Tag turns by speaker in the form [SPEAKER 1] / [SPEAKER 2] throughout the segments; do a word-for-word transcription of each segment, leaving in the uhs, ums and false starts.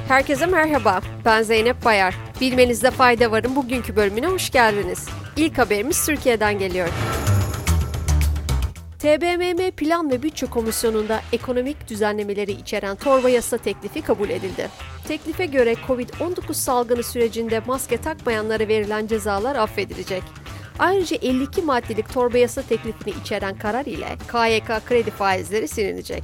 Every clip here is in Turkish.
[SPEAKER 1] Herkese merhaba, ben Zeynep Bayar. Bilmenizde fayda varın bugünkü bölümüne hoş geldiniz. İlk haberimiz Türkiye'den geliyor. T B M M Plan ve Bütçe Komisyonu'nda ekonomik düzenlemeleri içeren torba yasa teklifi kabul edildi. Teklife göre kovid on dokuz salgını sürecinde maske takmayanlara verilen cezalar affedilecek. Ayrıca elli iki maddelik torba yasa teklifini içeren karar ile K Y K kredi faizleri silinecek.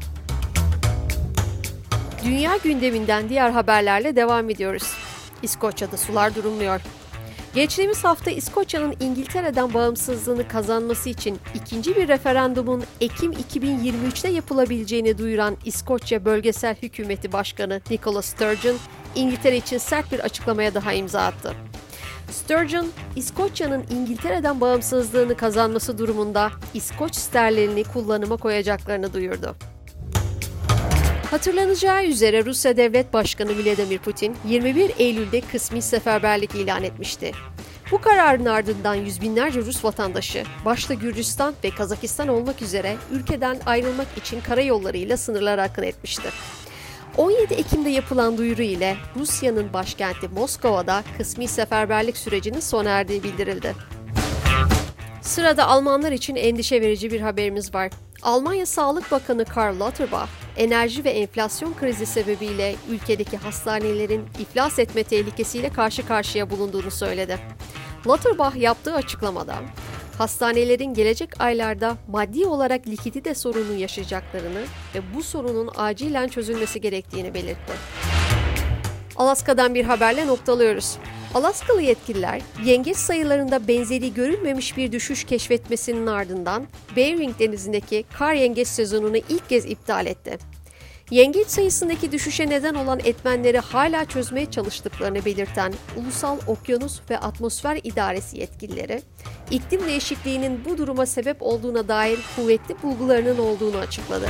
[SPEAKER 1] Dünya gündeminden diğer haberlerle devam ediyoruz. İskoçya'da sular durulmuyor. Geçtiğimiz hafta İskoçya'nın İngiltere'den bağımsızlığını kazanması için ikinci bir referandumun Ekim iki bin yirmi üçte yapılabileceğini duyuran İskoçya Bölgesel Hükümeti Başkanı Nicola Sturgeon, İngiltere için sert bir açıklamaya daha imza attı. Sturgeon, İskoçya'nın İngiltere'den bağımsızlığını kazanması durumunda İskoç sterlinini kullanıma koyacaklarını duyurdu. Hatırlanacağı üzere Rusya Devlet Başkanı Vladimir Putin, yirmi bir Eylül'de kısmi seferberlik ilan etmişti. Bu kararın ardından yüz binlerce Rus vatandaşı, başta Gürcistan ve Kazakistan olmak üzere ülkeden ayrılmak için karayollarıyla sınırlara akın etmişti. on yedi Ekim'de yapılan duyuru ile Rusya'nın başkenti Moskova'da kısmi seferberlik sürecinin sona erdiği bildirildi. Sırada Almanlar için endişe verici bir haberimiz var. Almanya Sağlık Bakanı Karl Lauterbach, enerji ve enflasyon krizi sebebiyle ülkedeki hastanelerin iflas etme tehlikesiyle karşı karşıya bulunduğunu söyledi. Lauterbach yaptığı açıklamada, hastanelerin gelecek aylarda maddi olarak likidite sorunu yaşayacaklarını ve bu sorunun acilen çözülmesi gerektiğini belirtti. Alaska'dan bir haberle noktalıyoruz. Alaskalı yetkililer, yengeç sayılarında benzeri görülmemiş bir düşüş keşfetmesinin ardından Bering Denizi'ndeki kar yengeç sezonunu ilk kez iptal etti. Yengeç sayısındaki düşüşe neden olan etmenleri hala çözmeye çalıştıklarını belirten Ulusal Okyanus ve Atmosfer İdaresi yetkilileri, iklim değişikliğinin bu duruma sebep olduğuna dair kuvvetli bulgularının olduğunu açıkladı.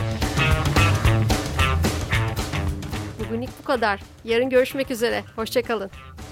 [SPEAKER 1] Bugünlük bu kadar. Yarın görüşmek üzere. Hoşça kalın.